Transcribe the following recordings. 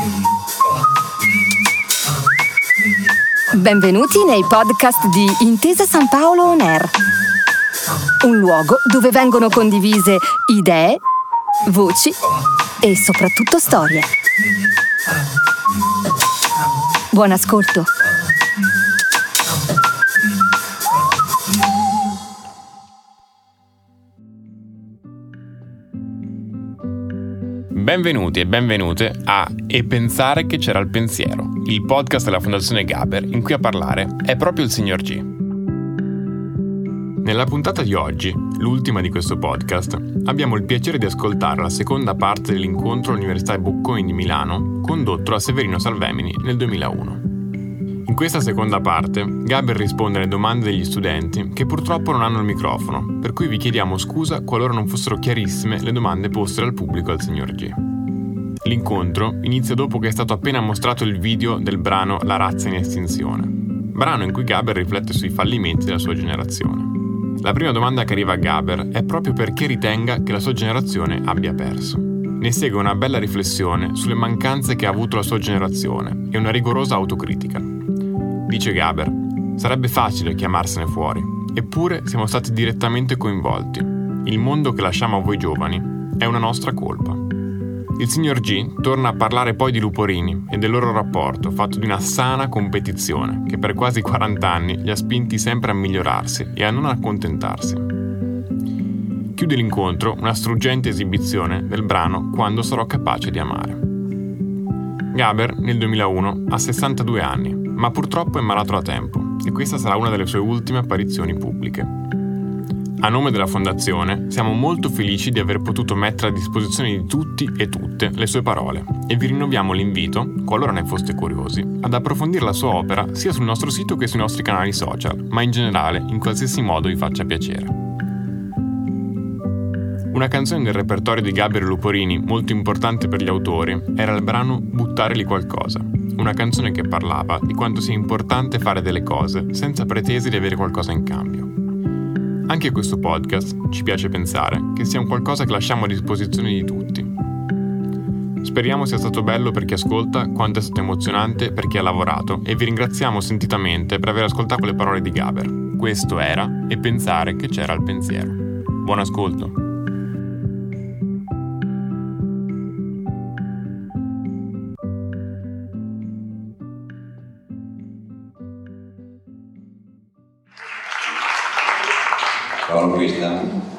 Benvenuti nei podcast di Intesa San Paolo On Air, un luogo dove vengono condivise idee, voci e soprattutto storie. Buon ascolto. Benvenuti e benvenute a E pensare che c'era il pensiero, il podcast della Fondazione Gaber in cui a parlare è proprio il signor G. Nella puntata di oggi, l'ultima di questo podcast, abbiamo il piacere di ascoltare la seconda parte dell'incontro all'Università Bocconi di Milano condotto da Severino Salvemini nel 2001. In questa seconda parte, Gaber risponde alle domande degli studenti che purtroppo non hanno il microfono, per cui vi chiediamo scusa qualora non fossero chiarissime le domande poste dal pubblico al signor G. L'incontro inizia dopo che è stato appena mostrato il video del brano La razza in estinzione, brano in cui Gaber riflette sui fallimenti della sua generazione. La prima domanda che arriva a Gaber è proprio perché ritenga che la sua generazione abbia perso. Ne segue una bella riflessione sulle mancanze che ha avuto la sua generazione e una rigorosa autocritica. Dice Gaber, sarebbe facile chiamarsene fuori, eppure siamo stati direttamente coinvolti. Il mondo che lasciamo a voi giovani è una nostra colpa. Il signor G torna a parlare poi di Luporini e del loro rapporto fatto di una sana competizione che per quasi 40 anni li ha spinti sempre a migliorarsi e a non accontentarsi. Chiude l'incontro una struggente esibizione del brano Quando sarò capace di amare. Gaber nel 2001 ha 62 anni, ma purtroppo è malato da tempo e questa sarà una delle sue ultime apparizioni pubbliche. A nome della Fondazione siamo molto felici di aver potuto mettere a disposizione di tutti e tutte le sue parole e vi rinnoviamo l'invito, qualora ne foste curiosi, ad approfondire la sua opera sia sul nostro sito che sui nostri canali social, ma in generale in qualsiasi modo vi faccia piacere. Una canzone del repertorio di Gaber e Luporini molto importante per gli autori era il brano Buttare lì qualcosa, una canzone che parlava di quanto sia importante fare delle cose senza pretese di avere qualcosa in cambio. Anche questo podcast ci piace pensare che sia un qualcosa che lasciamo a disposizione di tutti. Speriamo sia stato bello per chi ascolta quanto è stato emozionante per chi ha lavorato e vi ringraziamo sentitamente per aver ascoltato le parole di Gaber. Questo era E pensare che c'era il pensiero. Buon ascolto! Buona questa.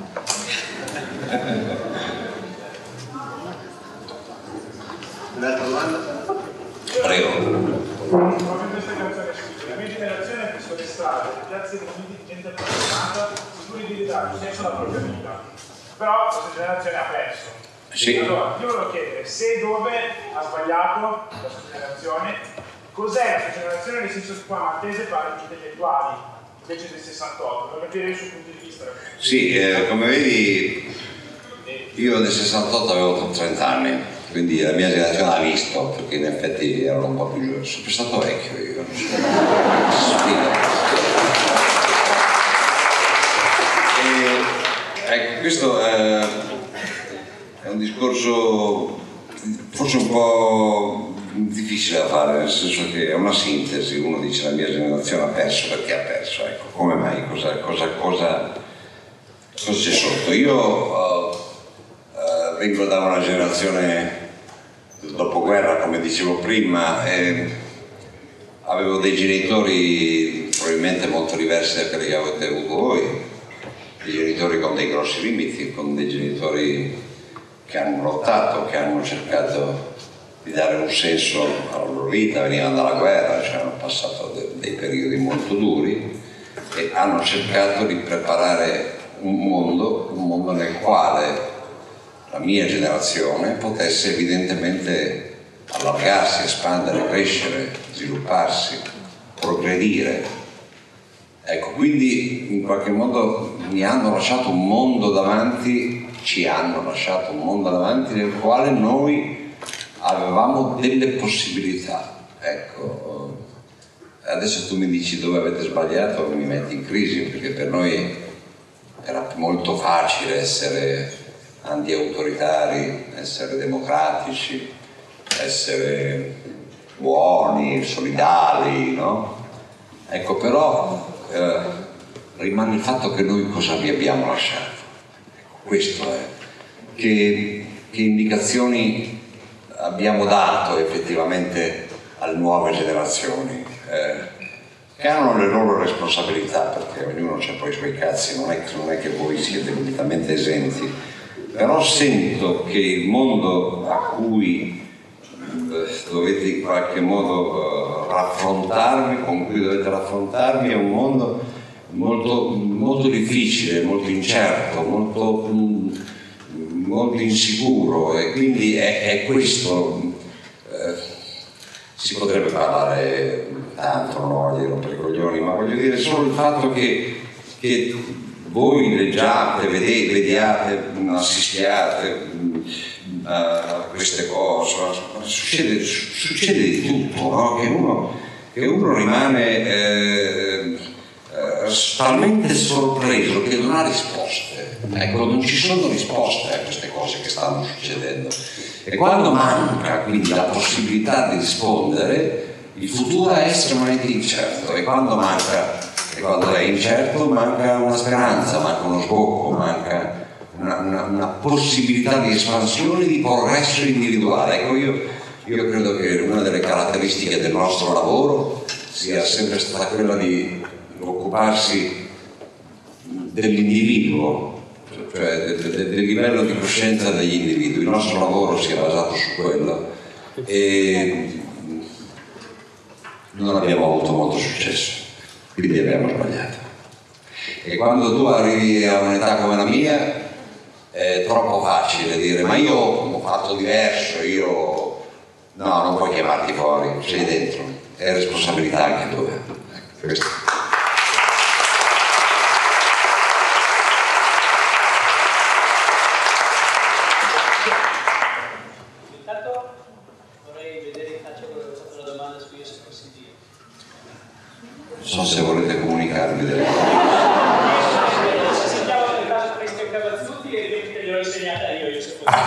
Un'altra domanda? Prego. Proprio questa canzone scusa, la mia generazione è sulle strade, le piazze di gente appassionata, sicuri di ridare il senso alla propria vita. Però questa generazione ha perso. Sì. Allora, io volevo chiedere se dove ha sbagliato la sua generazione, cos'è la sua generazione nel senso che qua Maltese parla di intellettuali, invece del 68, per capire il suo punto di vista. Sì, come vedi, io nel 68 avevo 30 anni, quindi la mia generazione ha visto, perché in effetti ero un po' più giovane, sono stato vecchio io, non so. Ecco, questo è un discorso forse un po' difficile da fare, nel senso che è una sintesi. Uno dice la mia generazione ha perso perché ha perso, ecco, come mai, cosa c'è sotto? Io vengo da una generazione dopoguerra, come dicevo prima, e avevo dei genitori probabilmente molto diversi da quelli che avete avuto voi, dei genitori con dei grossi limiti, con dei genitori che hanno lottato, che hanno cercato di dare un senso alla loro vita, venivano dalla guerra, cioè hanno passato dei periodi molto duri e hanno cercato di preparare un mondo nel quale la mia generazione potesse evidentemente allargarsi, espandere, crescere, svilupparsi, progredire. Ecco, quindi in qualche modo mi hanno lasciato un mondo davanti, ci hanno lasciato un mondo davanti nel quale noi avevamo delle possibilità. Ecco, adesso tu mi dici dove avete sbagliato, mi metti in crisi, perché per noi era molto facile essere anti-autoritari, essere democratici, essere buoni, solidali, no? Ecco, però rimane il fatto che noi cosa vi abbiamo lasciato. Ecco, questo è. Che indicazioni abbiamo dato effettivamente alle nuove generazioni, che hanno le loro responsabilità, perché ognuno c'ha poi i suoi cazzi, non è che voi siete completamente esenti, però sento che il mondo a cui dovete in qualche modo raffrontarvi, con cui dovete raffrontarvi, è un mondo molto, molto difficile, molto incerto, molto insicuro, e quindi è questo. Si potrebbe parlare tanto, non voglio rompere i coglioni, ma voglio dire solo il fatto che voi leggiate, vediate, assistiate a queste cose, succede di tutto, no? Che uno rimane talmente sorpreso che non ha risposte. Ecco, non ci sono risposte a queste cose che stanno succedendo, e quando manca quindi la possibilità di rispondere, il futuro è estremamente incerto, e quando è incerto manca una speranza, manca uno sbocco, manca una possibilità di espansione, di progresso individuale. Ecco, io credo che una delle caratteristiche del nostro lavoro sia sempre stata quella di occuparsi dell'individuo, cioè del livello di coscienza degli individui. Il nostro lavoro si è basato su quello e non abbiamo avuto molto successo, quindi abbiamo sbagliato. E quando tu arrivi a un'età come la mia è troppo facile dire ma io ho fatto diverso, no, non puoi chiamarti fuori, sei dentro, è responsabilità anche tua. Questo. Non so se volete comunicarmi delle cose. Se sentiamo nel caso Cristian Cavazzuti e che gliel'ho insegnata io se fosse.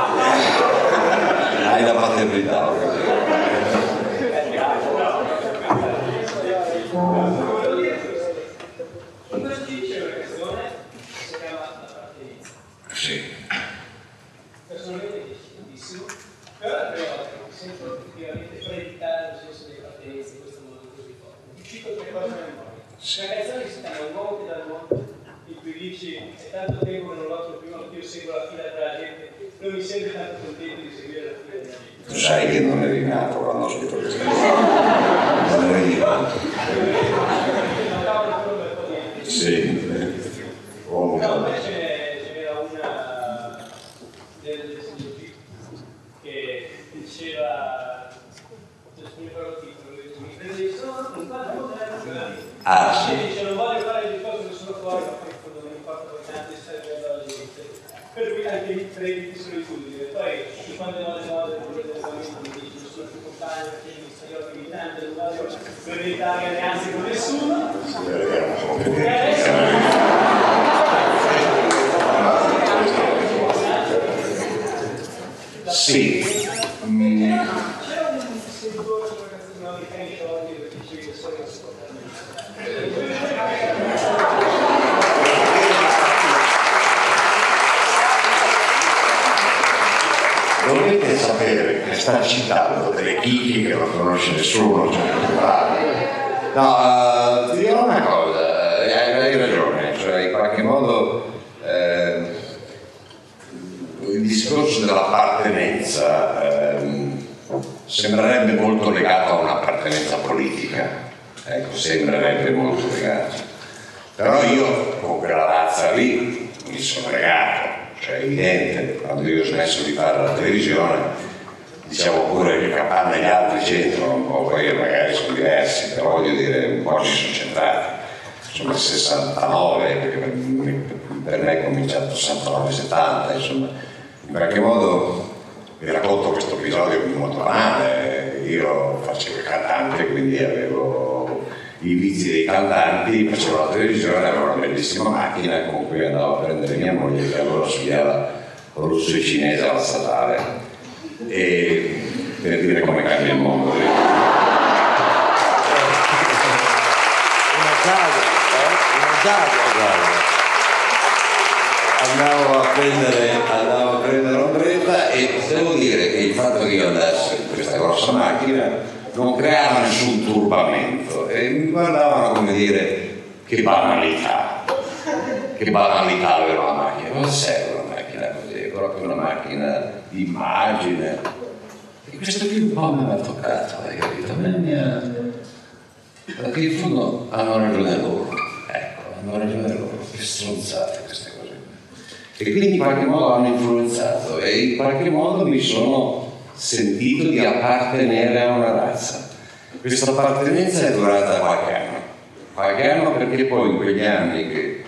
Hai la paternità. Volevo dire questo. In questo c'è una canzone che si chiama L'appartenenza. Sì. Personalmente mi piace tantissimo, però è la prima volta che mi sento effettivamente predicare nel senso di appartenenza in questo modo così forte. Ti cito tre cose nel mondo. La canzone si chiama Un uomo che dà il mondo, in cui dici è tanto tempo che non l'ho prima che io seguo la fila tra la gente, non mi sento tanto contento di seguire la fila della gente. Tu sai che non eri nato quando ho scritto questa cosa. Non eri nato. Sì. No, poi ce n'era una del signor G che diceva, non mi ricordo il titolo, mi prende il sonno, non parlo di Ah, sì. dice non voglio fare il discorso che sono fuori, ma questo non mi importa poi tanto di stare alla gente. Per cui anche i crediti solitudine. Poi quando andiamo alle mode, mi dici non sono più compagno perché mi stai militante, non voglio prioritare neanche con nessuno. E adesso sì. c'era un sentore sulla canzone americana oggi perché dicevi che sono Dovete sapere che sta citando delle chicche che non conosce nessuno, cioè no, ti dirò una cosa, hai ragione, cioè in qualche modo il discorso dell'appartenenza sembrerebbe molto legato a un'appartenenza politica, ecco, sembrerebbe molto legato, però io con quella razza lì mi sono legato. Cioè è evidente, quando io ho smesso di fare la televisione, diciamo pure che Capanna e gli altri c'entrano, poi magari sono diversi, però voglio dire, un po' ci sono centrati. Sono nel 69, perché per me è cominciato nel 69-70, insomma. In qualche modo vi racconto questo episodio molto banale. Io facevo il cantante, quindi avevo i vizi dei cantanti, facevo la televisione, avevo una bellissima macchina con cui andavo a prendere mia moglie che allora studiava russo e cinese alla statale, e per dire come cambia il mondo. Andavo a prendere l'ombretta e devo dire che il fatto che io andassi in questa grossa macchina non creava nessun turbamento e mi guardavano come dire che banalità avere una macchina, cosa serve una macchina così? È proprio una macchina di immagine. E questo qui un po' mi aveva toccato, hai capito? Perché in fondo hanno ragione loro, che stronzate queste cose. E quindi in qualche modo hanno influenzato e in qualche modo mi sono sentito di appartenere a una razza. Questa appartenenza è durata qualche anno perché poi in quegli anni che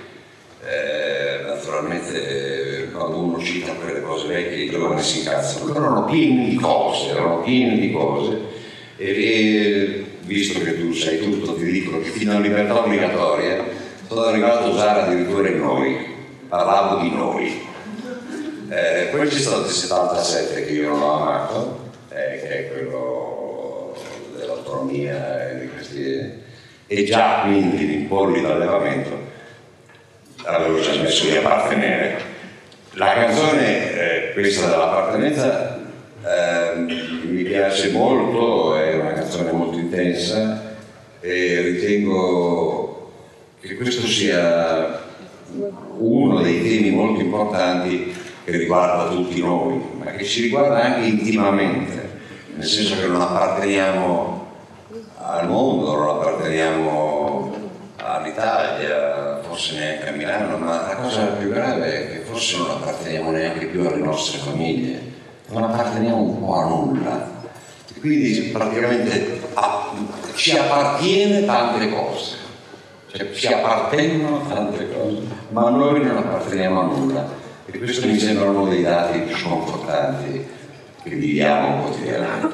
naturalmente quando uno cita quelle cose vecchie i giovani si incazzano, però erano pieni di cose e visto che tu sai tutto ti dico che fino alla libertà obbligatoria sono arrivato a usare addirittura il noi, parlavo di noi. Poi c'è stato il 77 che io non ho amato, che è quello dell'autonomia e di questi, e già quindi di imporli d'allevamento avevo già smesso di appartenere. La canzone, questa dell'appartenenza, mi piace molto, è una canzone molto intensa e ritengo che questo sia uno dei temi molto importanti che riguarda tutti noi, ma che ci riguarda anche intimamente, nel senso che non apparteniamo al mondo, non apparteniamo all'Italia, forse neanche a Milano, ma la cosa più grave è che forse non apparteniamo neanche più alle nostre famiglie, non apparteniamo un po' a nulla. E quindi praticamente ci appartiene tante cose, cioè ci appartengono tante cose, ma noi non apparteniamo a nulla. E questo mi sembra uno dei dati più sconfortanti che viviamo quotidianamente.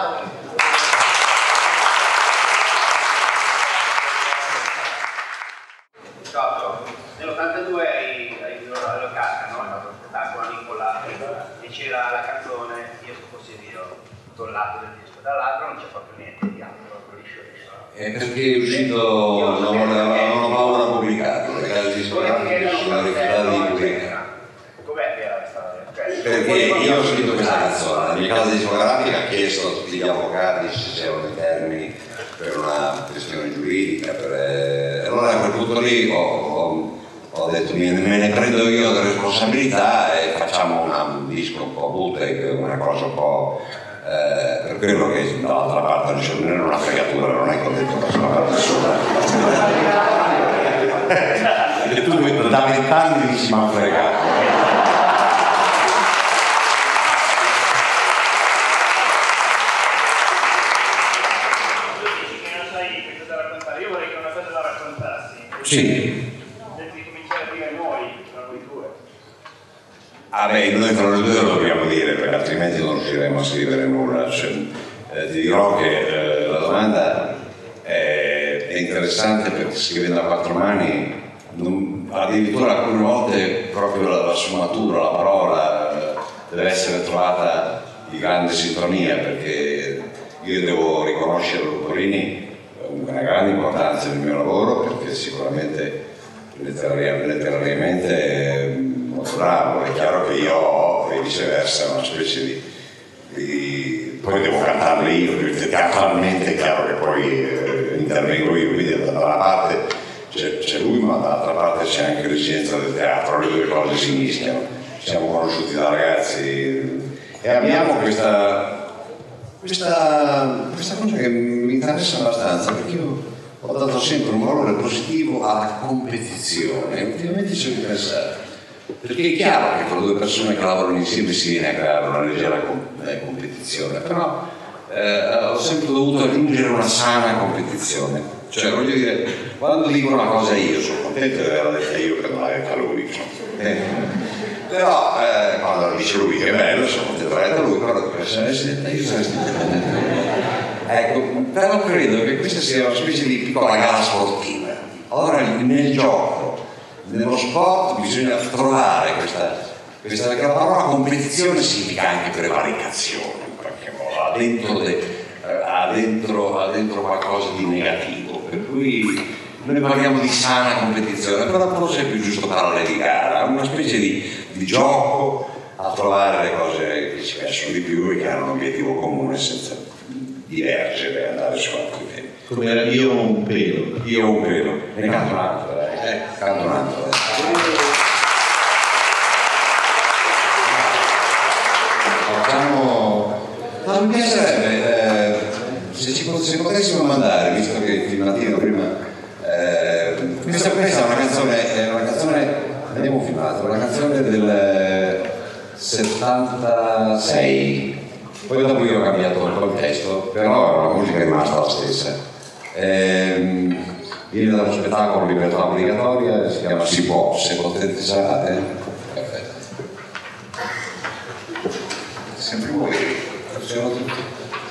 Nell'82 hai lavorato a Casca, no? Con Nicola e c'era la canzone Io fossi Dio, da un lato del disco, dall'altro non c'è proprio niente di altro, liscio. Perché è uscito non l'avevano pubblicato, le case discografiche sono rifiutate di pubblicare. Com'è che era questa? Perché io ho scritto questa canzone, la mia casa discografica ha chiesto a tutti gli avvocati se c'erano dei termini per una questione giuridica, allora a quel punto lì ho detto me ne prendo io la responsabilità e facciamo un disco un po' bootleg, una cosa un po' per quello che dall'altra parte non era una fregatura, non è che ho detto che sono una persona e tu da 20 anni dici ma fregato. Sì. Devi cominciare a dire noi, tra noi due. Noi tra noi due lo dobbiamo dire, perché altrimenti non riusciremo a scrivere nulla. Ti dirò che la domanda è interessante perché scrivendo a quattro mani, addirittura alcune volte proprio la sfumatura, la parola deve essere trovata di grande sintonia, perché io devo riconoscere Luporini una grande importanza nel mio lavoro, perché sicuramente letterariamente è molto bravo. È chiaro che io ho e viceversa una specie di poi devo cantarle io, perché teatralmente è chiaro che poi intervengo io, quindi da una parte c'è lui, ma dall'altra parte c'è anche l'esigenza del teatro, le due cose si mischiano. Siamo conosciuti da ragazzi e abbiamo questa cosa che mi interessa abbastanza, perché io ho dato sempre un valore positivo alla competizione e ultimamente ci ho pensato, perché è chiaro che con due persone che lavorano insieme si viene a creare una leggera competizione, però ho sempre dovuto aggiungere una sana competizione, cioè voglio dire, quando dico una cosa io sono contento di averla detta io che non l'ha detta lui, però quando dice lui che è bello sono contento di averla detta lui, però se l'avessi detta io sarei ecco, però credo che questa sia una specie di piccola gara sportiva. Allora nel gioco, nello sport bisogna trovare questa perché la parola competizione significa anche prevaricazione in qualche modo, ha dentro qualcosa di negativo, per cui noi parliamo di sana competizione, però forse è più giusto parlare di gara, una specie di gioco a trovare le cose che ci piacciono di più e che hanno un obiettivo comune senza divergere per andare su altri temi. Come era io ho un pelo. Io ho un pelo, ne canto un altro, canto un altro. Mi piacerebbe, se potessimo mandare, visto che il mattino prima, questa è una canzone, abbiamo filmato, una canzone del 76, poi dopo io ho cambiato un po' il testo, però la musica è rimasta la stessa. Viene dallo spettacolo Libertà Obbligatoria, si chiama Si può, se potete sarate. Perfetto. Sempre voi, funziona tutto.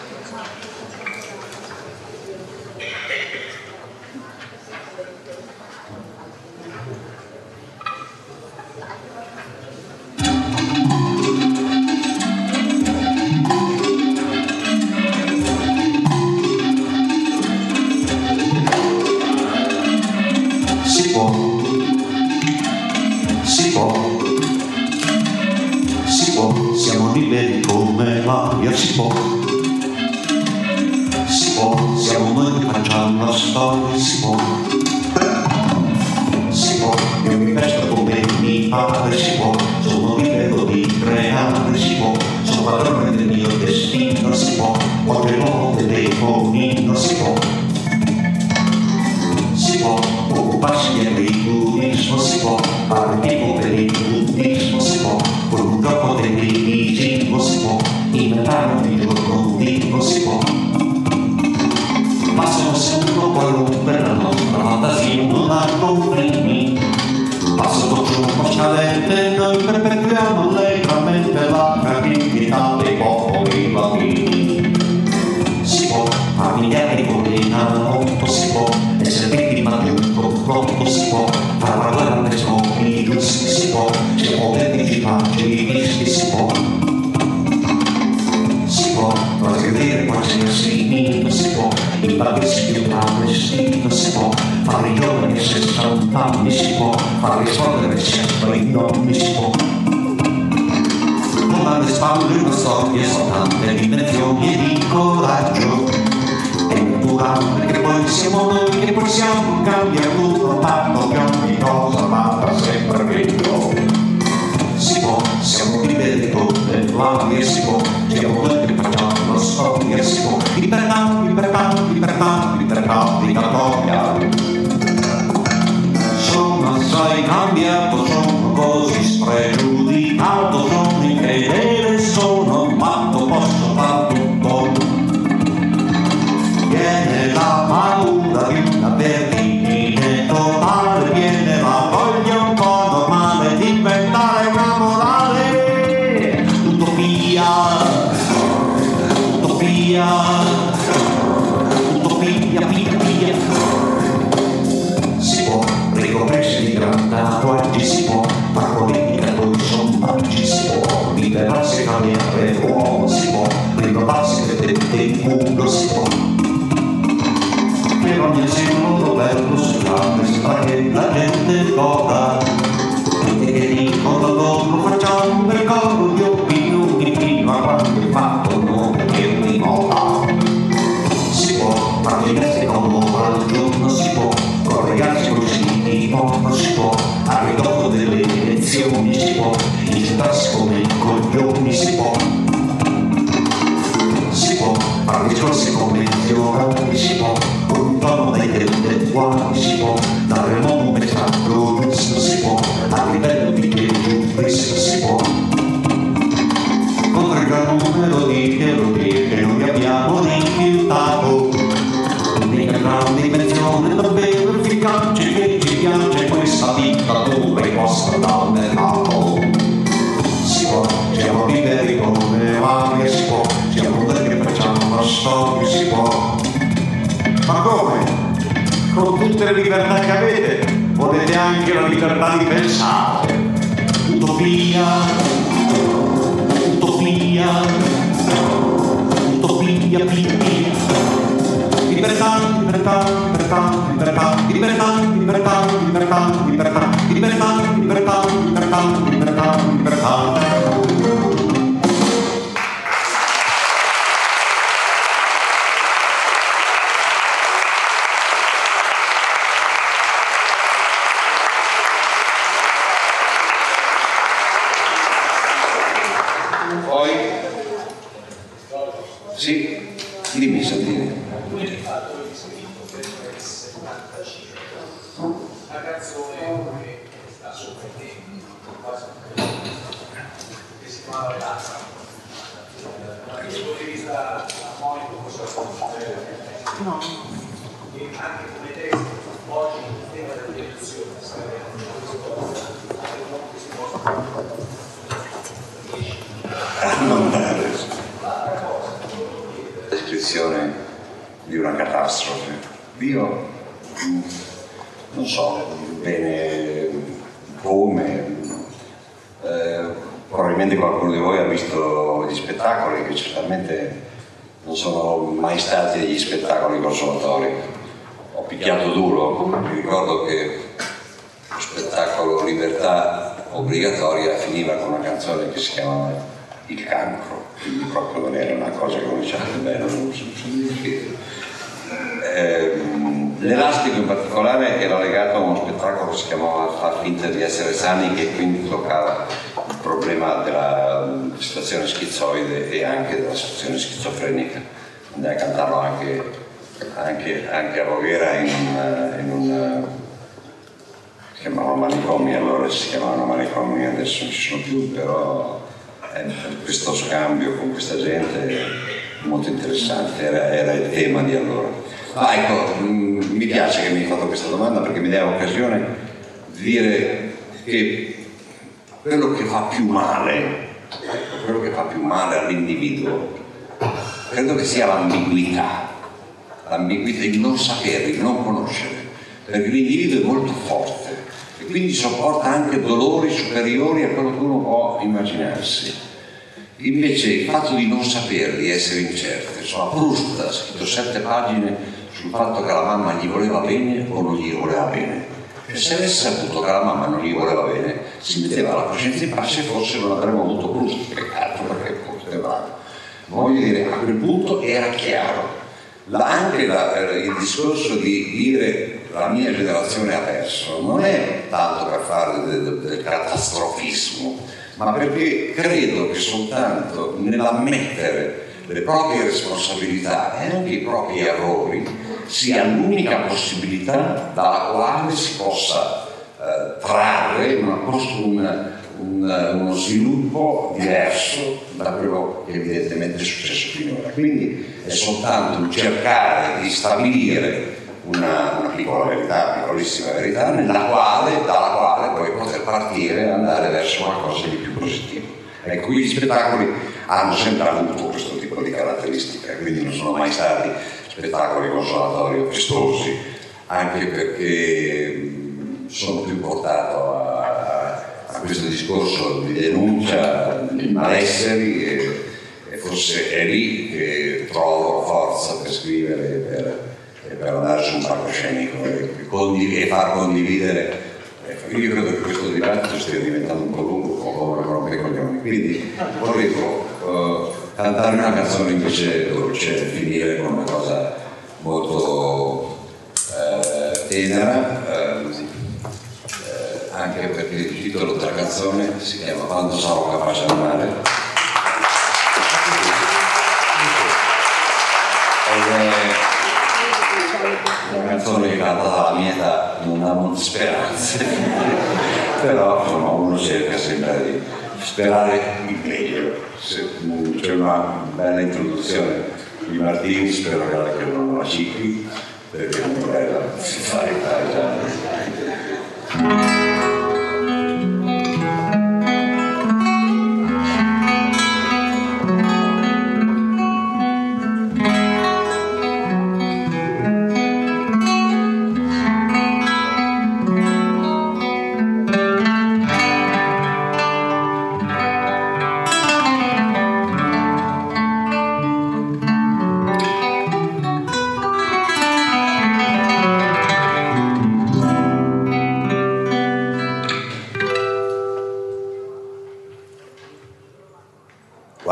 Siamo liberi come l'aria, si può, siamo noi che facciamo la storia, si può, io mi vesto come mi pare, si può, sono libero di creare, si può, sono padrone del mio destino, si può, ho il nuovo telefonino, si può, occuparsi di agriturismo, si può, fare tipo per il buddismo, si può, con un gioco televisivo, si può, inventare un videogioco vivo, si può, ma sono solo qualunque la nostra fantasia non ha confini, passo dolce un po' scadente, noi perpetuiamo lentamente la creatività dei popoli bambini, si può, familiari con l'inanotto, si può, essere vittima di un confronto, si può, fare la guerra per scopi giusti, si può, siamo autentici pacifisti, si può, trasgredire qualsiasi mito, si può, impararsi più clandestino, si può, fare i giovani a 60 anni, si può, far rispondere sempre i nonni, si può, con alle spalle una storia soltanto di invenzioni e di coraggio, che poi siamo noi che possiamo cambiare tutto, tanto che ogni cosa vada sempre meglio. Si può, siamo liberi come l'aria, si può, siamo noi che facciamo la storia, si può, libertà, libertà, libertà, libertà obbligatoria. Sono assai cambiato, sono così spregiudicato, sono incredibile, sono matto, posso far tutto. Viene la paura di una vertigine totale, viene la voglia un po' normale di diventare una morale. Utopia, utopia, utopia, pipia. Si può ricoprirsi di gran tatuaggi, si può far politica con i sondaggi, si può liberarsi e cambiare uomo, si può ricordarsi che tette il culo, si può. Per ogni singolo bello sull'altro sembra che la gente goda, tutti che dicono loro facciamo un ricordo di opinioni fino a quando il fatto non è di moda. Si può far diversi come al giorno, si può collegarsi con i siti di mondo, si può al ridotto delle elezioni, si può insultarsi come coglioni, si può far discorsi convenzionali, si può con un tono dei intellettuali, si può dare il mondo un messaggio giusto, si può a livello di giustizia, si può contro il gran numero di teorie che noi abbiamo rifiutato, l'unica grande invenzione davvero efficace che ci piace questa dittatura imposta dal mercato. Si può, siamo liberi come l'aria, si può, siamo noi che facciamo la storia, si può. Ma come? Con tutte le libertà che avete, volete anche la libertà di pensare. Utopia, utopia, utopia. via via via. Libertà, libertà, libertà, libertà, libertà, libertà, libertà, libertà, libertà, libertà, libertà, libertà, libertà. Poi, sì, dimmi Santini. La canzone che sta sopra te, che si chiama L'Altra. Dal punto di vista armonico, cosa succede? No. E anche come testo, oggi il tema della direzione sarebbe la descrizione di una catastrofe. Io non so bene come, probabilmente qualcuno di voi ha visto gli spettacoli, che certamente non sono mai stati degli spettacoli consolatori. Ho picchiato duro, mi ricordo che lo spettacolo Libertà Obbligatoria finiva con una canzone che si chiamava Il Cancro, quindi proprio non era una cosa che uno diceva bello, non so l'Elastico in particolare era legato a uno spettacolo che si chiamava Far finta di essere sani, che quindi toccava il problema della situazione schizoide e anche della situazione schizofrenica. Andai a cantarlo anche a Voghera in un si chiamavano manicomi, allora si chiamavano manicomi, adesso non ci sono più, però questo scambio con questa gente è molto interessante, era il tema di allora. Ma ecco, mi piace che mi hai fatto questa domanda perché mi dà occasione di dire che quello che fa più male all'individuo, credo che sia l'ambiguità, il non sapere, il non conoscere, perché l'individuo è molto forte e quindi sopporta anche dolori superiori a quello che uno può immaginarsi. Invece il fatto di non sapere, di essere incerte, insomma, Proust ha scritto 7 pagine sul fatto che la mamma gli voleva bene o non gli voleva bene. Cioè, se avesse saputo che la mamma non gli voleva bene, si metteva la coscienza in pace e forse non avremmo avuto Proust, peccato perché Proust è bravo. Voglio dire, a quel punto era chiaro. Anche il discorso di dire la mia generazione ha perso non è tanto per fare del catastrofismo, ma perché credo che soltanto nell'ammettere le proprie responsabilità e anche i propri errori sia l'unica possibilità dalla quale si possa trarre uno sviluppo diverso da quello che evidentemente è successo finora. Quindi è soltanto un cercare di stabilire una piccola verità, piccolissima verità, dalla quale poi poter partire e andare verso qualcosa di più positivo. Ecco, gli spettacoli hanno sempre avuto questo tipo di caratteristica, quindi non sono mai stati spettacoli consolatori o festosi, anche perché sono più portato a questo discorso di denuncia di malesseri e forse è lì che trovo forza per scrivere, per andare su un palcoscenico e far condividere. Io credo che questo dibattito stia diventando un po' lungo, come rompe i coglioni, quindi volevo cantare una canzone invece dolce, finire con una cosa molto tenera, anche perché il titolo della canzone si chiama Quando sarò capace di amare. Una canzone che canta dalla mia età non ha molte speranze, però insomma, uno cerca sempre di sperare il meglio. Se c'è una bella introduzione di Martini, spero che non la cicli, perché non è bella, si fa già.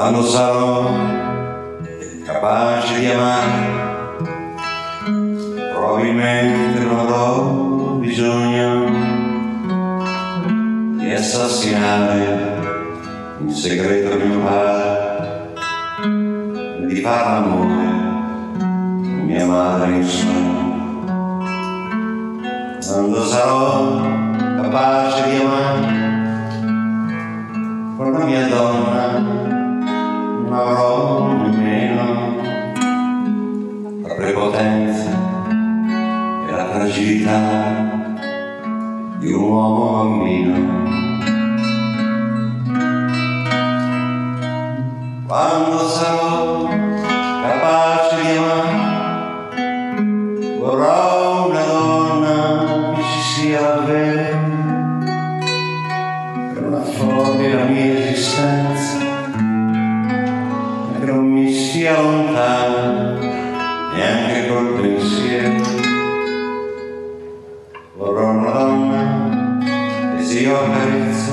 Quando sarò capace di amare, probabilmente non avrò bisogno di assassinare in segreto mio padre, di far l'amore con mia madre in sogno. Quando sarò capace di amare con la mia donna, non avrò nemmeno la prepotenza e la fragilità di un uomo bambino. Quando sarò capace di amare, vorrò una donna che ci sia bene, che non affondi la mia esistenza, che non mi sia lontana neanche col pensiero. Vorrò una donna che se io accarezzo,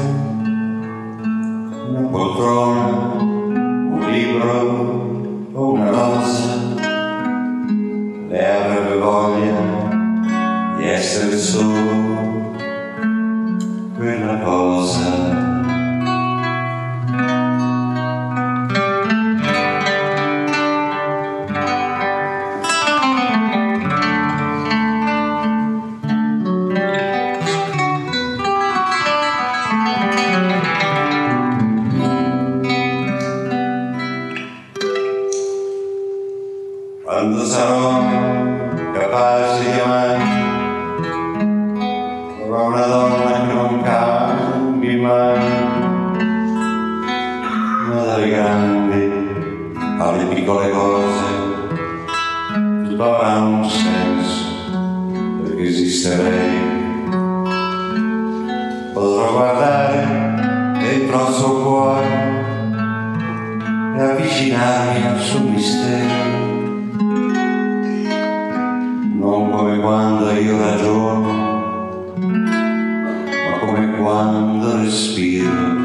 una poltrona, un libro o una rosa, lei avrebbe voglia di essere solo quella cosa. Quando sarò capace di amare, avrò una donna che non cambi mai, ma dalle grandi alle piccole cose tutto avrà un senso, perché esiste lei. Potrò guardare dentro al suo cuore e avvicinarmi al suo mistero, non come quando io ragiono, ma come quando respiro.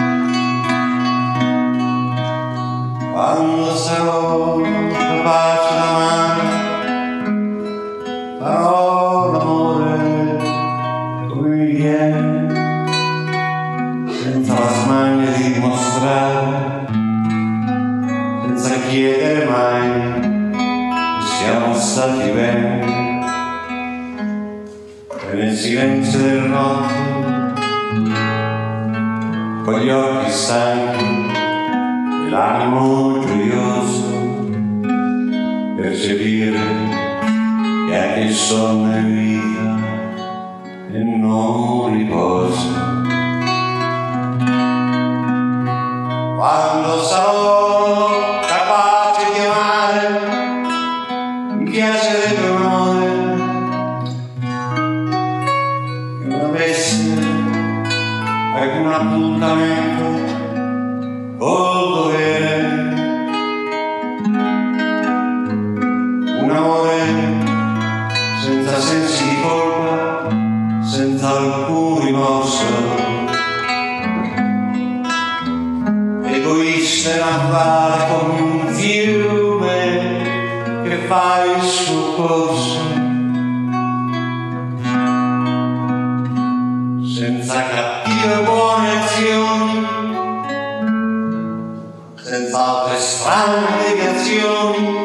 Quando sarò capace d'amare, farò l'amore come mi viene, senza la smania di dimostrare, senza chiedere mai se siamo stati bene. E nel silenzio delle notti, con gli occhi stanchi e l'animo gioioso, percepire che anche il sonno è vita e non riposo. Quando sarò capace di amare, mi piacerebbe un amore che non avesse alcun appuntamento col dovere, un amore senza sensi di colpa, senza alcun rimorso, egoista e naturale come un fiume che fa il suo corso, senza cattive buone azioni, senza altre strane negazioni,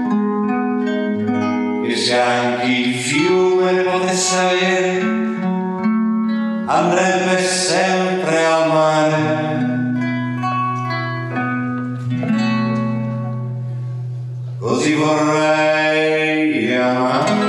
che se anche il fiume potesse avere, andrebbe sempre al mare. Così vorrei amare.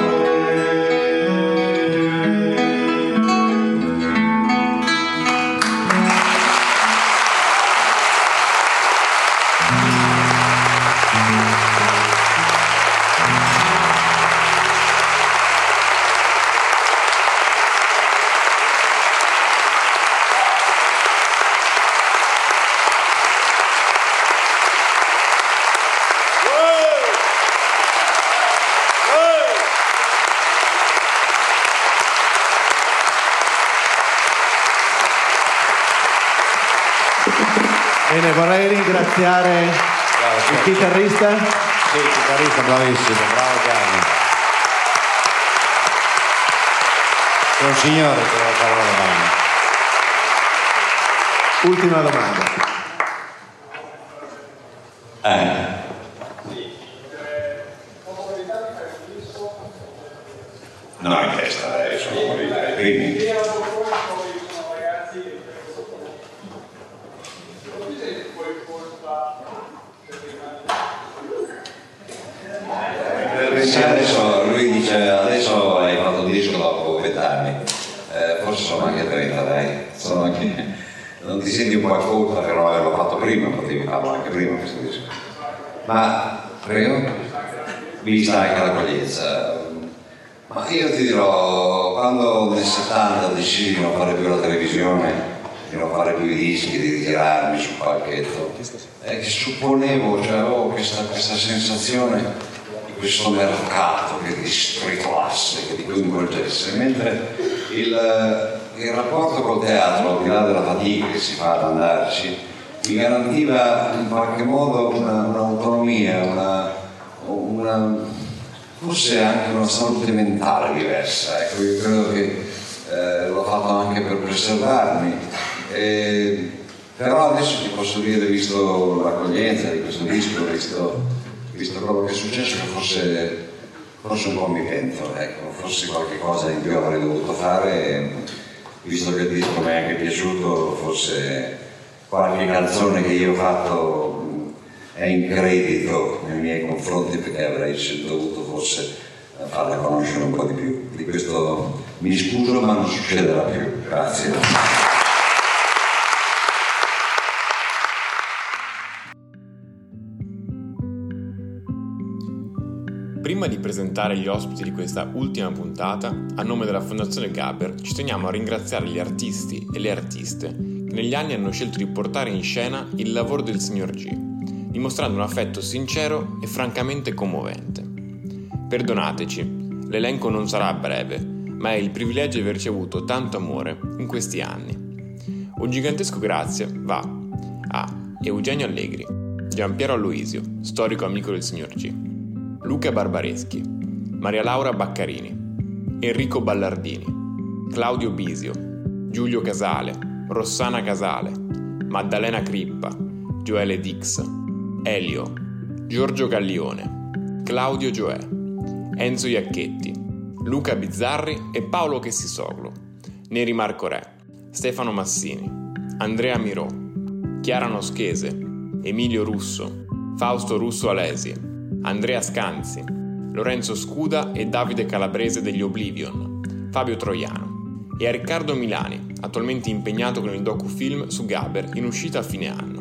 vorrei ringraziare il chitarrista. Sì, il chitarrista bravissimo, bravo Gianni. C'è un signore che vuole fare la domanda. Ultima domanda. No, in testa, sono i primi. Adesso lui dice, adesso hai fatto il disco dopo 20 anni, forse sono anche 30, dai, sono anche, non ti senti un po' in colpa per non averlo fatto prima, potevi farlo anche prima questo disco. Ma, prego, vista anche l'accoglienza, ma io ti dirò, quando nel 70 decisi di non fare più la televisione, di non fare più i dischi, di ritirarmi sul palchetto, che supponevo, cioè avevo questa sensazione di questo mercato che ti stritolasse, che ti coinvolgesse, mentre il rapporto col teatro, al di là della fatica che si fa ad andarci, mi garantiva in qualche modo un'autonomia, forse anche una salute mentale diversa. Ecco, io credo che l'ho fatto anche per preservarmi. Però adesso ti posso dire, visto l'accoglienza di questo disco, visto quello che è successo, che forse un po' mi pento, ecco, forse qualche cosa in più avrei dovuto fare, visto che il disco mi è anche piaciuto, forse qualche canzone che io ho fatto è in credito nei miei confronti, perché avrei dovuto forse farla conoscere un po' di più. Di questo mi scuso, ma non succederà più. Grazie. Prima di presentare gli ospiti di questa ultima puntata, a nome della Fondazione Gaber ci teniamo a ringraziare gli artisti e le artiste che negli anni hanno scelto di portare in scena il lavoro del Signor G, dimostrando un affetto sincero e francamente commovente. Perdonateci, l'elenco non sarà breve, ma è il privilegio di averci avuto tanto amore in questi anni. Un gigantesco grazie va a Eugenio Allegri, Giampiero Aloisio, storico amico del Signor G, Luca Barbareschi, Maria Laura Baccarini, Enrico Ballardini, Claudio Bisio, Giulio Casale, Rossana Casale, Maddalena Crippa, Gioele Dix, Elio, Giorgio Gallione, Claudio Gioè, Enzo Iacchetti, Luca Bizzarri e Paolo Chessisoglu, Neri Marco Re, Stefano Massini, Andrea Mirò, Chiara Noschese, Emilio Russo, Fausto Russo Alesi, Andrea Scanzi, Lorenzo Scuda e Davide Calabrese degli Oblivion, Fabio Troiano e a Riccardo Milani, attualmente impegnato con il docufilm su Gaber in uscita a fine anno.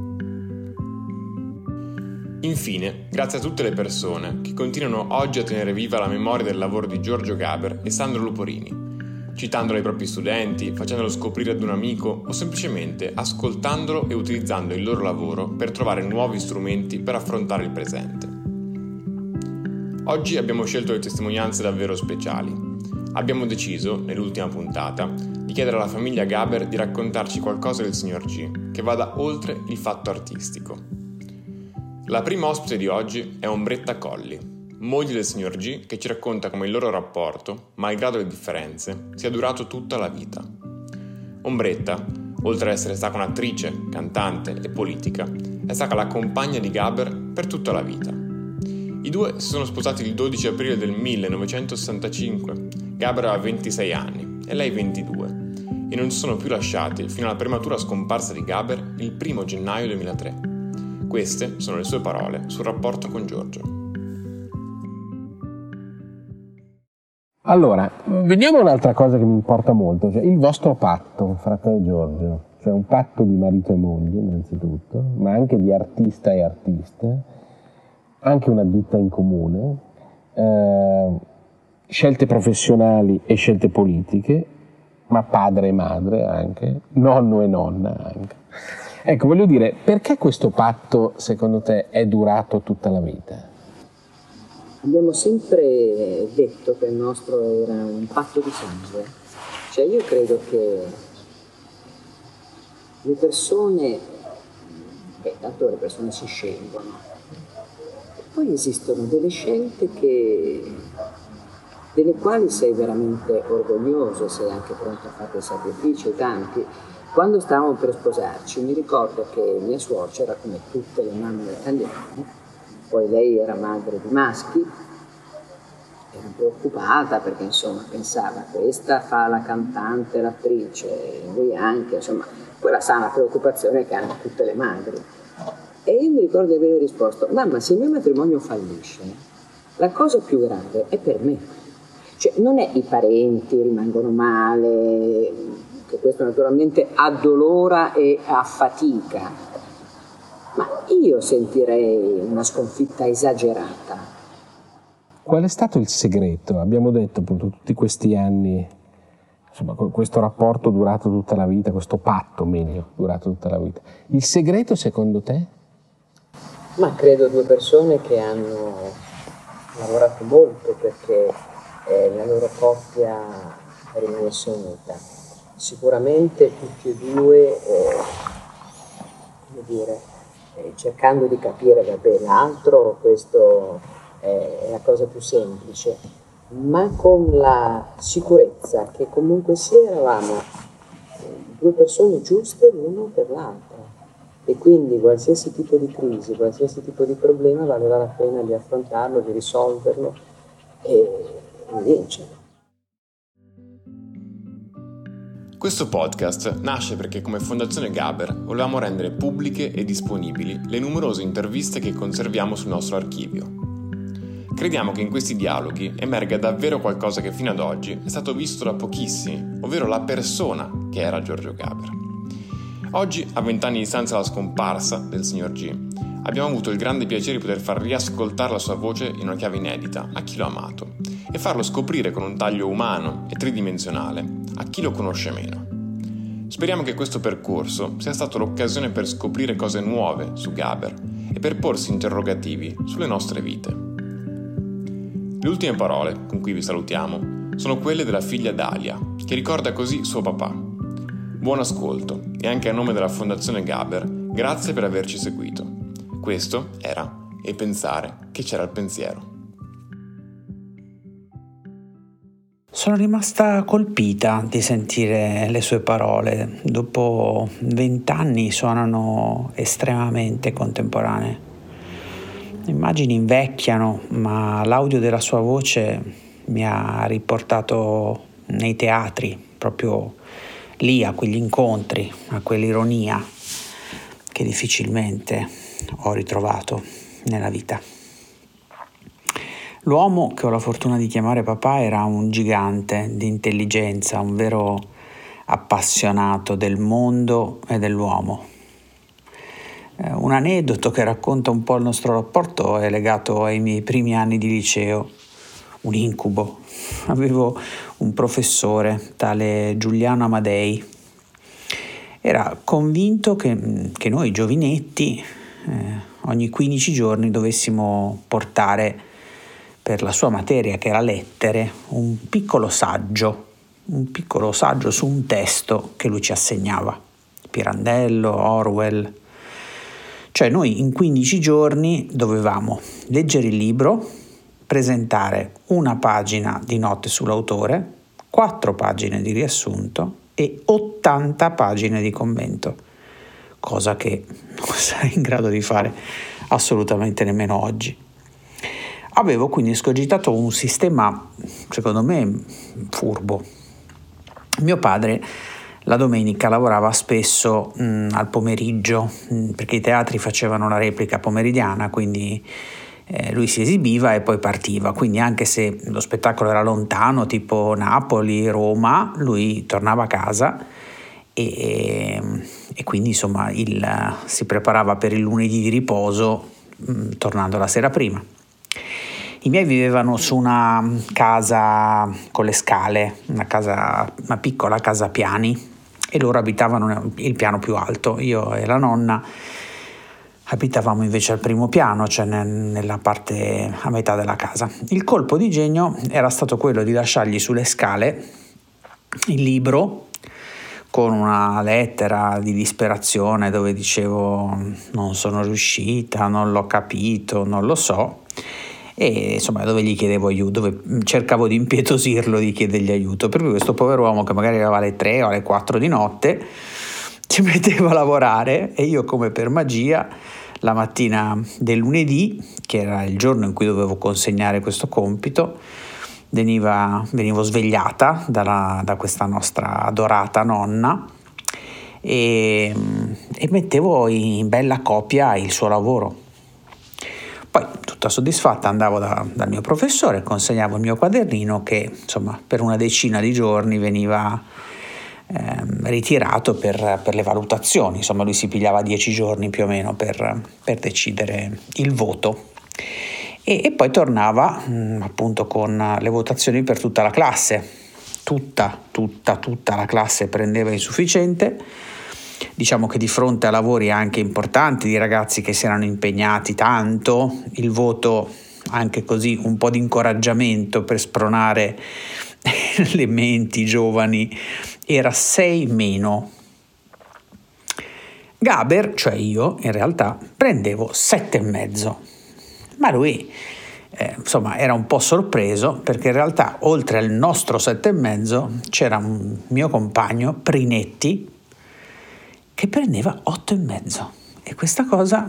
Infine, grazie a tutte le persone che continuano oggi a tenere viva la memoria del lavoro di Giorgio Gaber e Sandro Luporini, citandolo ai propri studenti, facendolo scoprire ad un amico o semplicemente ascoltandolo e utilizzando il loro lavoro per trovare nuovi strumenti per affrontare il presente. Oggi abbiamo scelto le testimonianze davvero speciali. Abbiamo deciso, nell'ultima puntata, di chiedere alla famiglia Gaber di raccontarci qualcosa del Signor G, che vada oltre il fatto artistico. La prima ospite di oggi è Ombretta Colli, moglie del Signor G, che ci racconta come il loro rapporto, malgrado le differenze, sia durato tutta la vita. Ombretta, oltre ad essere stata un'attrice, cantante e politica, è stata la compagna di Gaber per tutta la vita. I due si sono sposati il 12 aprile del 1965, Gaber aveva 26 anni e lei 22, e non si sono più lasciati fino alla prematura scomparsa di Gaber il 1 gennaio 2003. Queste sono le sue parole sul rapporto con Giorgio. Allora, vediamo un'altra cosa che mi importa molto, cioè il vostro patto fra te e Giorgio, cioè un patto di marito e moglie innanzitutto, ma anche di artista e artiste, anche una ditta in comune, scelte professionali e scelte politiche, ma padre e madre anche, nonno e nonna anche. Ecco, voglio dire, perché questo patto secondo te è durato tutta la vita? Abbiamo sempre detto che il nostro era un patto di sangue. Cioè io credo che le persone tanto le persone si scelgono. E poi esistono delle scelte delle quali sei veramente orgoglioso, sei anche pronto a fare dei sacrifici, tanti. Quando stavamo per sposarci mi ricordo che mia suocera, come tutte le mamme italiane, poi lei era madre di maschi, era preoccupata perché insomma pensava questa fa la cantante, l'attrice, lui anche, insomma quella sana preoccupazione che hanno tutte le madri. E io mi ricordo di aver risposto: mamma, se il mio matrimonio fallisce, la cosa più grave è per me. Cioè non è i parenti rimangono male, che questo naturalmente addolora e affatica, ma io sentirei una sconfitta esagerata. Qual è stato il segreto? Abbiamo detto appunto tutti questi anni, insomma questo rapporto durato tutta la vita, questo patto meglio, durato tutta la vita. Il segreto secondo te? Ma credo due persone che hanno lavorato molto perché la loro coppia rimanesse unita. Sicuramente tutti e due, cercando di capire l'altro, questo è la cosa più semplice, ma con la sicurezza che comunque sia eravamo due persone giuste l'uno per l'altra. E quindi qualsiasi tipo di crisi, qualsiasi tipo di problema valeva la pena di affrontarlo, di risolverlo e vincere. Questo podcast nasce perché come Fondazione Gaber volevamo rendere pubbliche e disponibili le numerose interviste che conserviamo sul nostro archivio. Crediamo che in questi dialoghi emerga davvero qualcosa che fino ad oggi è stato visto da pochissimi, ovvero la persona che era Giorgio Gaber. Oggi, a 20 anni di distanza dalla scomparsa del signor G, abbiamo avuto il grande piacere di poter far riascoltare la sua voce in una chiave inedita a chi lo ha amato e farlo scoprire con un taglio umano e tridimensionale a chi lo conosce meno. Speriamo che questo percorso sia stato l'occasione per scoprire cose nuove su Gaber e per porsi interrogativi sulle nostre vite. Le ultime parole con cui vi salutiamo sono quelle della figlia Dalia, che ricorda così suo papà. Buon ascolto e anche a nome della Fondazione Gaber, grazie per averci seguito. Questo era E pensare che c'era il pensiero. Sono rimasta colpita di sentire le sue parole. Dopo 20 anni suonano estremamente contemporanee. Le immagini invecchiano, ma l'audio della sua voce mi ha riportato nei teatri, proprio lì a quegli incontri, a quell'ironia che difficilmente ho ritrovato nella vita. L'uomo che ho la fortuna di chiamare papà era un gigante di intelligenza, un vero appassionato del mondo e dell'uomo. Un aneddoto che racconta un po' il nostro rapporto è legato ai miei primi anni di liceo, un incubo. Avevo un professore, tale Giuliano Amadei. Era convinto che noi giovinetti ogni 15 giorni dovessimo portare per la sua materia, che era lettere, un piccolo saggio su un testo che lui ci assegnava. Pirandello, Orwell. Cioè noi in 15 giorni dovevamo leggere il libro, presentare una pagina di note sull'autore, 4 pagine di riassunto e 80 pagine di commento, cosa che non sarei in grado di fare assolutamente nemmeno oggi. Avevo quindi escogitato un sistema, secondo me, furbo. Mio padre la domenica lavorava spesso al pomeriggio, perché i teatri facevano la replica pomeridiana, quindi lui si esibiva e poi partiva, quindi anche se lo spettacolo era lontano, tipo Napoli, Roma, lui tornava a casa e quindi insomma si preparava per il lunedì di riposo tornando la sera prima. I miei vivevano su una casa con le scale, una piccola casa a piani, e loro abitavano il piano più alto. Io e la nonna abitavamo invece al primo piano, cioè nella parte a metà della casa. Il colpo di genio era stato quello di lasciargli sulle scale il libro con una lettera di disperazione dove dicevo non sono riuscita, non l'ho capito, non lo so, e insomma dove gli chiedevo aiuto, dove cercavo di impietosirlo, di chiedergli aiuto, per cui questo povero uomo che magari arrivava alle 3 o alle 4 di notte ci metteva a lavorare e io come per magia la mattina del lunedì, che era il giorno in cui dovevo consegnare questo compito, venivo svegliata da questa nostra adorata nonna e mettevo in bella copia il suo lavoro. Poi tutta soddisfatta andavo dal mio professore, consegnavo il mio quadernino che insomma per una decina di giorni veniva ritirato per le valutazioni. Insomma lui si pigliava 10 giorni più o meno per decidere il voto e poi tornava appunto con le votazioni per tutta la classe. Tutta la classe prendeva il sufficiente. Diciamo che di fronte a lavori anche importanti di ragazzi che si erano impegnati tanto, il voto anche così un po' di incoraggiamento per spronare le menti giovani era 6 meno. Gaber, cioè io, in realtà prendevo 7,5, ma lui insomma era un po' sorpreso perché in realtà oltre al nostro 7,5 c'era un mio compagno, Prinetti, che prendeva 8,5 e questa cosa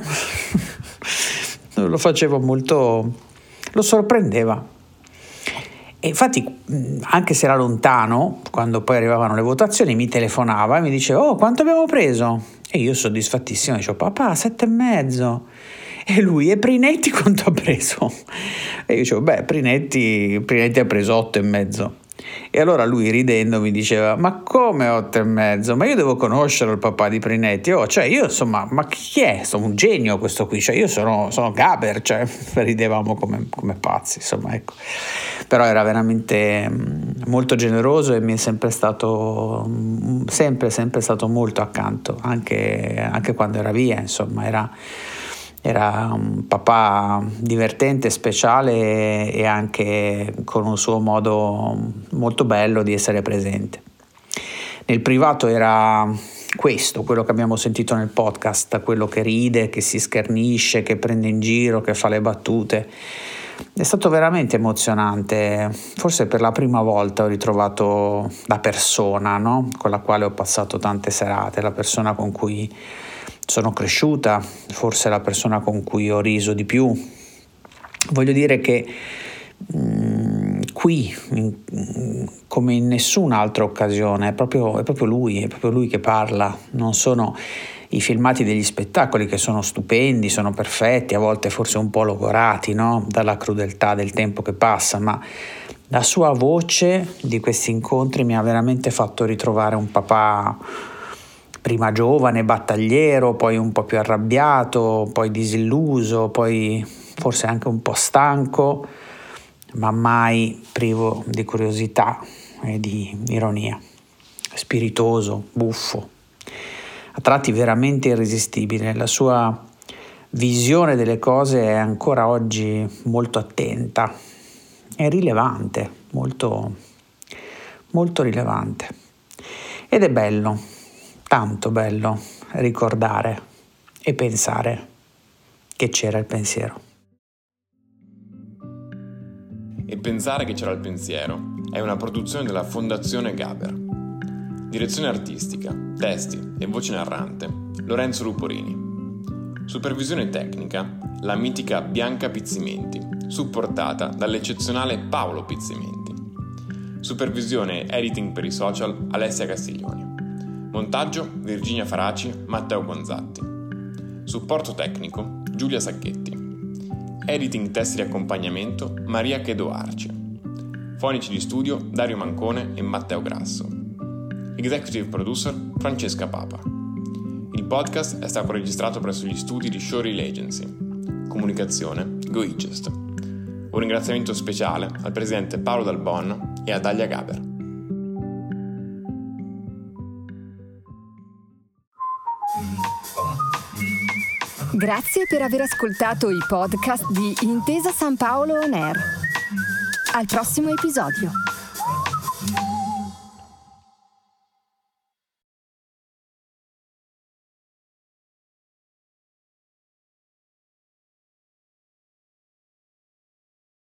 lo faceva molto, lo sorprendeva. E infatti anche se era lontano, quando poi arrivavano le votazioni mi telefonava e mi diceva oh quanto abbiamo preso? E io soddisfattissimo dicevo papà 7,5. E lui, e Prinetti quanto ha preso? E io dicevo Prinetti ha preso 8,5. E allora lui ridendo mi diceva ma come 8,5? Ma io devo conoscere il papà di Prinetti, cioè io insomma, ma chi è? Sono un genio questo qui, cioè io sono Gaber, cioè ridevamo come pazzi, insomma, ecco. Però era veramente molto generoso e mi è sempre stato molto accanto, anche quando era via, insomma, era un papà divertente, speciale e anche con un suo modo molto bello di essere presente. Nel privato era questo, quello che abbiamo sentito nel podcast, quello che ride, che si schernisce, che prende in giro, che fa le battute. È stato veramente emozionante, forse per la prima volta ho ritrovato la persona, no? Con la quale ho passato tante serate, la persona con cui sono cresciuta, forse la persona con cui ho riso di più. Voglio dire che qui, come in nessun'altra occasione, è proprio lui che parla, non sono i filmati degli spettacoli che sono stupendi, sono perfetti, a volte forse un po' logorati, no? Dalla crudeltà del tempo che passa, ma la sua voce di questi incontri mi ha veramente fatto ritrovare un papà prima giovane, battagliero, poi un po' più arrabbiato, poi disilluso, poi forse anche un po' stanco, ma mai privo di curiosità e di ironia, spiritoso, buffo, a tratti veramente irresistibile. La sua visione delle cose è ancora oggi molto attenta, è rilevante, molto, molto rilevante, ed è bello, tanto bello ricordare e pensare che c'era il pensiero. E pensare che c'era il pensiero è una produzione della Fondazione Gaber. Direzione artistica, testi e voce narrante Lorenzo Luporini. Supervisione tecnica la mitica Bianca Pizzimenti, supportata dall'eccezionale Paolo Pizzimenti. Supervisione e editing per i social Alessia Castiglioni. Montaggio Virginia Faraci, Matteo Gonzatti. Supporto tecnico Giulia Sacchetti. Editing testi di accompagnamento Maria Chedo Arce. Fonici di studio Dario Mancone e Matteo Grasso. Executive producer Francesca Papa. Il podcast è stato registrato presso gli studi di Showreel Agency. Comunicazione GoEgest. Un ringraziamento speciale al presidente Paolo Dalbon e a Dalia Gaber. Grazie per aver ascoltato i podcast di Intesa San Paolo On Air. Al prossimo episodio.